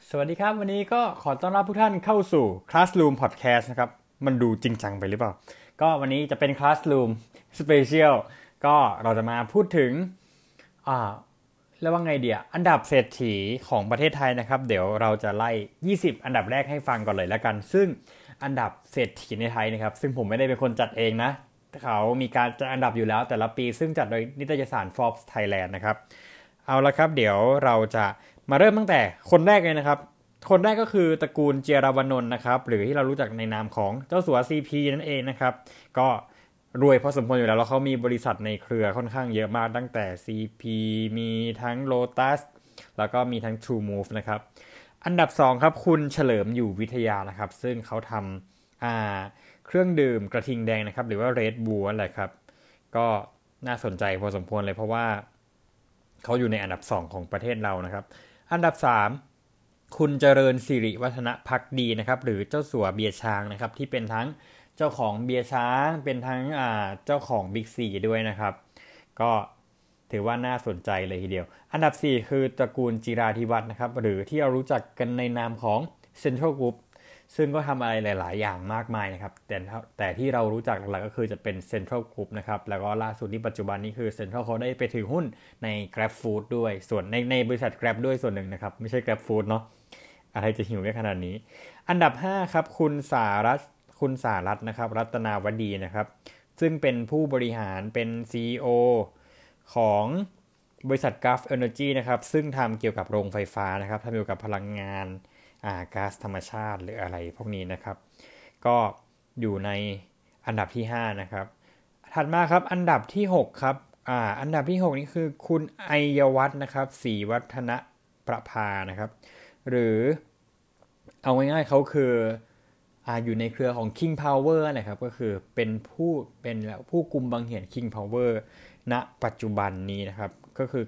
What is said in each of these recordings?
สวัสดีครับวันนี้ก็ขอต้อนรับทุกท่านเข้าสู่ Classroom Podcast นะครับมันดูจริงจังไปหรือเปล่าก็วันนี้จะเป็น Classroom Special ก็เราจะมาพูดถึงอ่าเรียกว่าไงเดียอันดับเศรษฐีของประเทศไทยนะครับเดี๋ยวเราจะไล่20อันดับแรกให้ฟังก่อนเลยแล้วกันซึ่งอันดับเศรษฐีในไทยนะครับซึ่งผมไม่ได้เป็นคนจัดเองนะเขามีการจัดอันดับอยู่แล้วแต่ละปีซึ่งจัดโดยนิตยสาร Forbes Thailand นะครับเอาละครับเดี๋ยวเราจะมาเริ่มตั้งแต่คนแรกเลยนะครับคนแรกก็คือตระกูลเจียรวนนท์นะครับหรือที่เรารู้จักในนามของเจ้าสัว CP นั่นเองนะครับก็รวยพอสมควรอยู่แล้วเขามีบริษัทในเครือค่อนข้างเยอะมากตั้งแต่ CP มีทั้ง Lotus แล้วก็มีทั้ง True Move นะครับอันดับ2ครับคุณเฉลิมอยู่วิทยานะครับซึ่งเขาทำเครื่องดื่มกระทิงแดงนะครับหรือว่า Red Bull อะไรครับก็น่าสนใจพอสมควรเลยเพราะว่าเขาอยู่ในอันดับ2ของประเทศเรานะครับอันดับ3คุณเจริญสิริวัฒนภักดีนะครับหรือเจ้าสัวเบียร์ช้างนะครับที่เป็นทั้งเจ้าของเบียร์ช้างเป็นทั้งเจ้าของบิ๊กซีด้วยนะครับก็ถือว่าน่าสนใจเลยทีเดียวอันดับ4คือตระกูลจิราธิวัฒน์นะครับหรือที่เรารู้จักกันในนามของเซ็นทรัลกรุ๊ปซึ่งก็ทำอะไรหลายๆอย่างมากมายนะครับแต่ที่เรารู้จักหลักๆก็คือจะเป็นเซ็นทรัลกรุ๊ปนะครับแล้วก็ล่าสุดที่ปัจจุบันนี้คือเซ็นทรัลเขาได้ไปถือหุ้นใน Grab Food ด้วยส่วนในบริษัท Grab ด้วยส่วนหนึ่งนะครับไม่ใช่ Grab Food เนาะอะไรจะหิวได้ขนาดนี้อันดับ5ครับคุณสารัตน์นะครับรัตนาวดีนะครับซึ่งเป็นผู้บริหารเป็น CEO ของบริษัท Gulf Energy นะครับซึ่งทำเกี่ยวกับโรงไฟฟ้านะครับทำเกี่ยวกับพลังงานก๊าซธรรมชาติหรืออะไรพวกนี้นะครับก็อยู่ในอันดับที่5นะครับถัดมาครับอันดับที่6ครับอันดับที่6นี่คือคุณไอยวัฒน์นะครับศรีวัฒนประภานะครับหรือเอาง่ายๆเขาคืออยู่ในเครือของ King Power นะครับก็คือเป็นผู้กุมบังเหียน King Power ณปัจจุบันนี้นะครับก็คือ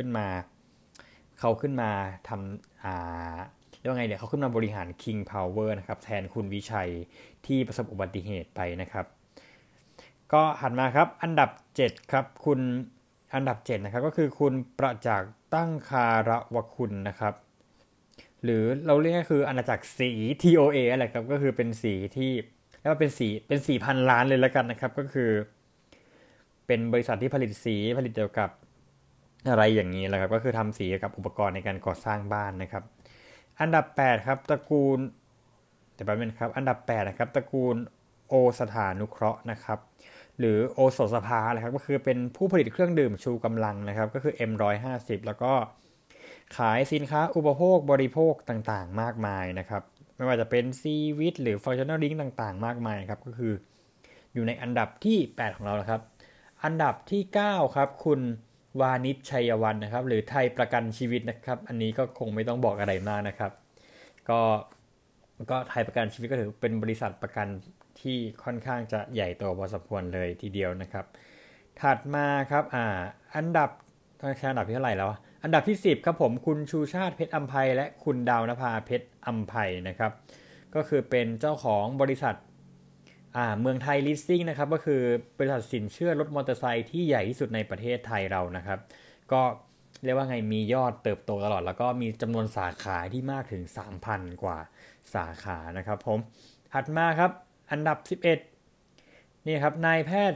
เขาขึ้นมาทำเรียกว่าไงเดี๋ยวเขาขึ้นมาบริหาร King Power นะครับแทนคุณวิชัยที่ประสบอุบัติเหตุไปนะครับก็หันมาครับอันดับ7ครับอันดับ7นะครับก็คือคุณประจักษ์ตั้งคารวคุณนะครับหรือเราเรียกก็คืออาณาจักรสี TOA อะไรครับก็คือเป็นสีที่แล้วก็เป็นสีพันล้านเลยแล้วกันนะครับก็คือเป็นบริษัทที่ผลิตสีผลิตเกี่ยวกับอะไรอย่างนี้แหละครับก็คือทำสีเกี่ยวกับอุปกรณ์ในการก่อสร้างบ้านนะครับอันดับ8ครับตระกูลแต่แป๊บนึงครับอันดับ8นะครับตระกูลโอสถานุเคราะห์นะครับหรือโอสถสภาอะไรครับก็คือเป็นผู้ผลิตเครื่องดื่มชูกำลังนะครับก็คือ M150 แล้วก็ขายสินค้าอุปโภคบริโภคต่างๆมากมายนะครับไม่ว่าจะเป็นซีวิตหรือฟังชั่นอลดริงก์ต่างๆมากมายครับก็คืออยู่ในอันดับที่8ของเราแล้วครับอันดับที่9ครับคุณวานิชชัยวันนะครับหรือไทยประกันชีวิตนะครับอันนี้ก็คงไม่ต้องบอกอะไรมากนะครับก็ก็ไทยประกันชีวิตก็ถือเป็นบริษัทประกันที่ค่อนข้างจะใหญ่โตพอสมควรเลยทีเดียวนะครับถัดมาครับอันดับอันดับที่เท่าไหร่แล้วอันดับที่10ครับผมคุณชูชาติเพชรอัมไพและคุณดาวนภาเพชรอัมไพนะครับก็คือเป็นเจ้าของบริษัทเมืองไทยลิสซิ่งนะครับก็คือบริษัทสินเชื่อรถมอเตอร์ไซค์ที่ใหญ่ที่สุดในประเทศไทยเรานะครับก็เรียกว่าไงมียอดเติบโตตลอดแล้วก็มีจำนวนสาขาที่มากถึง 3,000 กว่าสาขานะครับผมถัดมาครับอันดับ11นี่ครับนายแพทย์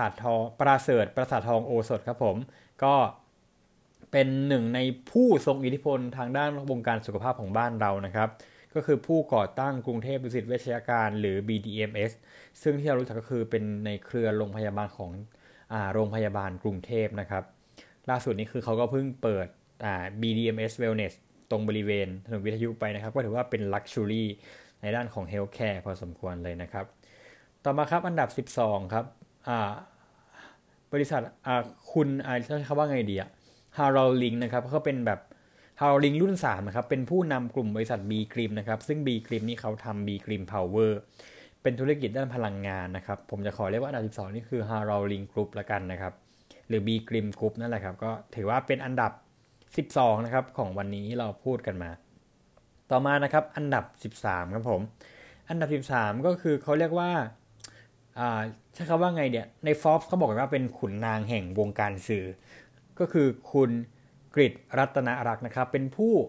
ปราเสริฐโอสถครับผมก็เป็นหนึ่งในผู้ทรงอิทธิพลทางด้านวงการสุขภาพของบ้านเรานะครับก็คือผู้ก่อตั้งกรุงเทพดุสิตเวชยการหรือ BDMS ซึ่งที่เรารู้จักก็คือเป็นในเครือโรงพยาบาลของโรงพยาบาลกรุงเทพนะครับล่าสุดนี้คือเขาก็เพิ่งเปิดBDMS Wellness ตรงบริเวณถนนวิทยุไปนะครับก็ถือว่าเป็น Luxury ในด้านของ Healthcare พอสมควรเลยนะครับต่อมาครับอันดับ12ครับบริษัทคุณจะใช้คำว่าไงดีฮาร์ l ลิงนะครับเขาเป็นแบบฮาร์ l ลิงรุ่น3นะครับเป็นผู้นำกลุ่มบริษัท B ครีมนะครับซึ่ง B ครีมนี่เขาทำ B ครีม Power เป็นธุรกิจด้านพลังงานนะครับผมจะขอเรียกว่าอันดับ12นี่คือฮาร์ l ลิงกรุ๊ปละกันนะครับหรือ B ครีมกรุ๊ปนั่นแหละครับก็ถือว่าเป็นอันดับ12นะครับของวันนี้ที่เราพูดกันมาต่อมานะครับอันดับ13ครับผมอันดับ13ก็คือเขาเรียกว่าใช้คำว่าไงเนี่ยใน Forbes เขาบอกว่าเป็นขุนนางแห่งวงการสื่อก็คือคุณกฤษรัตนรักษ์นะครับเป็นผู้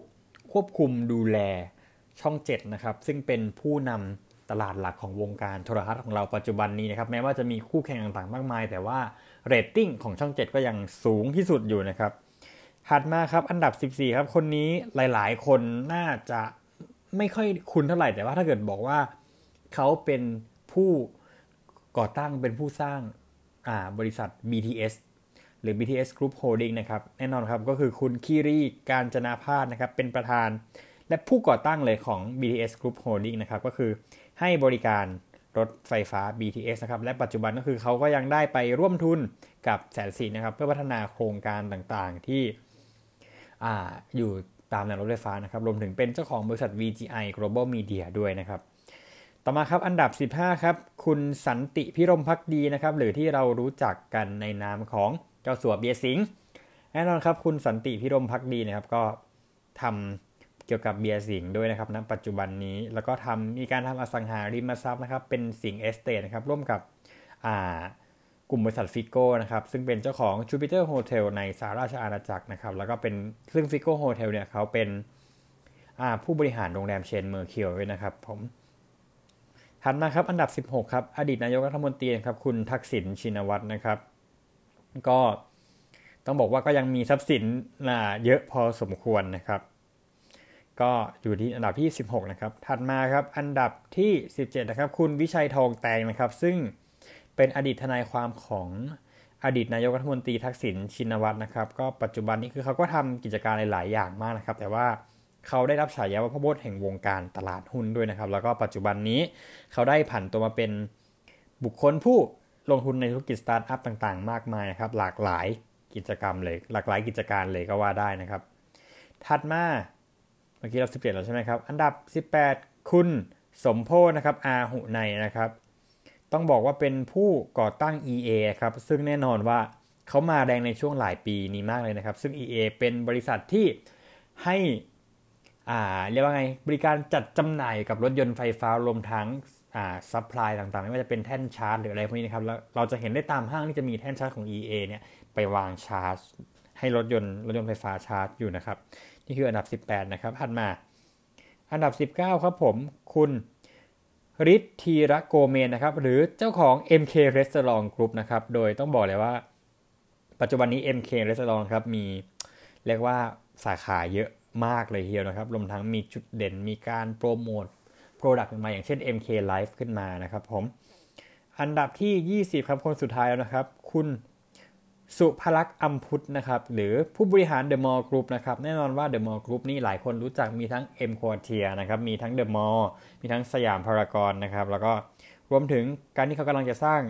ควบคุมดูแลช่อง7นะครับซึ่งเป็นผู้นำตลาดหลักของวงการโทรทัศน์ของเราปัจจุบันนี้นะครับแม้ว่าจะมีคู่แข่งต่างๆมากมายแต่ว่าเรตติ้งของช่อง7ก็ยังสูงที่สุดอยู่นะครับถัดมาครับอันดับ14ครับคนนี้หลายๆคนน่าจะไม่ค่อยคุ้นเท่าไหร่แต่ว่าถ้าเกิดบอกว่าเขาเป็นผู้ก่อตั้งเป็นผู้สร้างบริษัท BTS หรือ BTS Group Holding นะครับแน่นอนครับก็คือคุณคีรีกาญจนาพาสนะครับเป็นประธานและผู้ก่อตั้งเลยของ BTS Group Holding นะครับก็คือให้บริการรถไฟฟ้า BTS นะครับและปัจจุบันก็คือเขาก็ยังได้ไปร่วมทุนกับแสนสิรินะครับเพื่อพัฒนาโครงการต่างๆที่อยู่ตามแนวรถไฟฟ้านะครับรวมถึงเป็นเจ้าของบริษัท VGI Global Media ด้วยนะครับต่อมาครับอันดับ15ครับคุณสันติพิรมภักดีนะครับหรือที่เรารู้จักกันในนามของเจ้าสัวเบียร์สิงห์แน่นอนครับคุณสันติพิรมภักดีนะครับก็ทำเกี่ยวกับเบียร์สิงห์ด้วยนะครับณปัจจุบันนี้แล้วก็มีการทำอสังหาริมทรัพย์นะครับเป็นสิงห์เอสเตทนะครับร่วมกับกลุ่มบริษัทฟิโก้นะครับซึ่งเป็นเจ้าของ Jupiter Hotel ในสหราชอาณาจักรนะครับแล้วก็เป็นซึ่งฟิโก้โฮเทลเนี่ยเขาเป็นผู้บริหารโรงแรมเชนเมอร์เคิวด้วยนะครับผมถัดมาครับอันดับ16ครับอดีตนายกรัฐมนตรีครับคุณทักษิณชินวัตรนะครับก็ต้องบอกว่าก็ยังมีทรัพย์สินเยอะพอสมควรนะครับก็อยู่ที่อันดับที่16นะครับถัดมาครับอันดับที่17นะครับคุณวิชัยทองแตงนะครับซึ่งเป็นอดีตทนายความของอดีตนายกรัฐมนตรีทักษิณชินวัตรนะครับก็ปัจจุบันนี้คือเขาก็ทำกิจการหลายๆอย่างมากนะครับแต่ว่าเขาได้รับฉายาว่าพระโบสถ์แห่งวงการตลาดหุ้นด้วยนะครับแล้วก็ปัจจุบันนี้เขาได้ผันตัวมาเป็นบุคคลผู้ลงทุนในธุรกิจสตาร์ทอัพต่างๆมากมายนะครับหลากหลายกิจกรรมเลยหลากหลายกิจการเลยก็ว่าได้นะครับถัดมาเมื่อกี้เรา17แล้วใช่ไหมครับอันดับ18คุณสมโพธิ์นะครับอาหุไนนะครับต้องบอกว่าเป็นผู้ก่อตั้ง EA ครับซึ่งแน่นอนว่าเขามาแรงในช่วงหลายปีนี้มากเลยนะครับซึ่ง EA เป็นบริษัทที่ให้เรียกว่าไงบริการจัดจำหน่ายกับรถยนต์ไฟฟ้ารวมทั้งซัพพลายต่างๆไม่ว่าจะเป็นแท่นชาร์จหรืออะไรพวกนี้นะครับแล้วเราจะเห็นได้ตามห้างที่จะมีแท่นชาร์จของ EA เนี่ยไปวางชาร์จให้รถยนต์ไฟฟ้าชาร์จอยู่นะครับนี่คืออันดับ18นะครับถัดมาอันดับ19ครับผมคุณฤทธิ์ธีรโกเมนนะครับหรือเจ้าของ MK Restaurant Group นะครับโดยต้องบอกเลยว่าปัจจุบันนี้ MK Restaurant ครับมีเรียกว่าสาขาเยอะมากเลยทีเดียวนะครับรวมทั้งมีจุดเด่นมีการโปรโมท Product มาอย่างเช่น MK Life ขึ้นมานะครับผมอันดับที่20ครับคนสุดท้ายแล้วนะครับคุณสุภลักษณ์อัมพุทธนะครับหรือผู้บริหาร The Mall Group นะครับแน่นอนว่า The Mall Group นี่หลายคนรู้จักมีทั้ง M Quartier นะครับมีทั้ง The Mall มีทั้งสยามพารากอนนะครับแล้วก็รวมถึงการที่เขากำลังจะสร้าง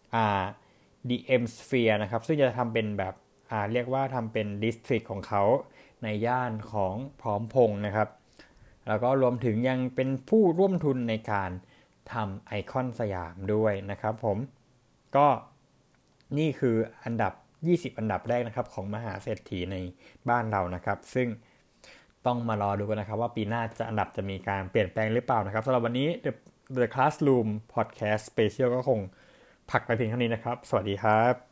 The M Sphere นะครับซึ่งจะทำเป็นแบบเรียกว่าทำเป็น District ของเขาในย่านของพร้อมพงษ์นะครับแล้วก็รวมถึงยังเป็นผู้ร่วมทุนในการทำไอคอนสยามด้วยนะครับผมก็นี่คืออันดับ20อันดับแรกนะครับของมหาเศรษฐีในบ้านเรานะครับซึ่งต้องมารอดูกันนะครับว่าปีหน้าอันดับจะมีการเปลี่ยนแปลงหรือเปล่านะครับสำหรับวันนี้ The Classroom Podcast Special ก็คงพักไปเพียงเท่านี้นะครับสวัสดีครับ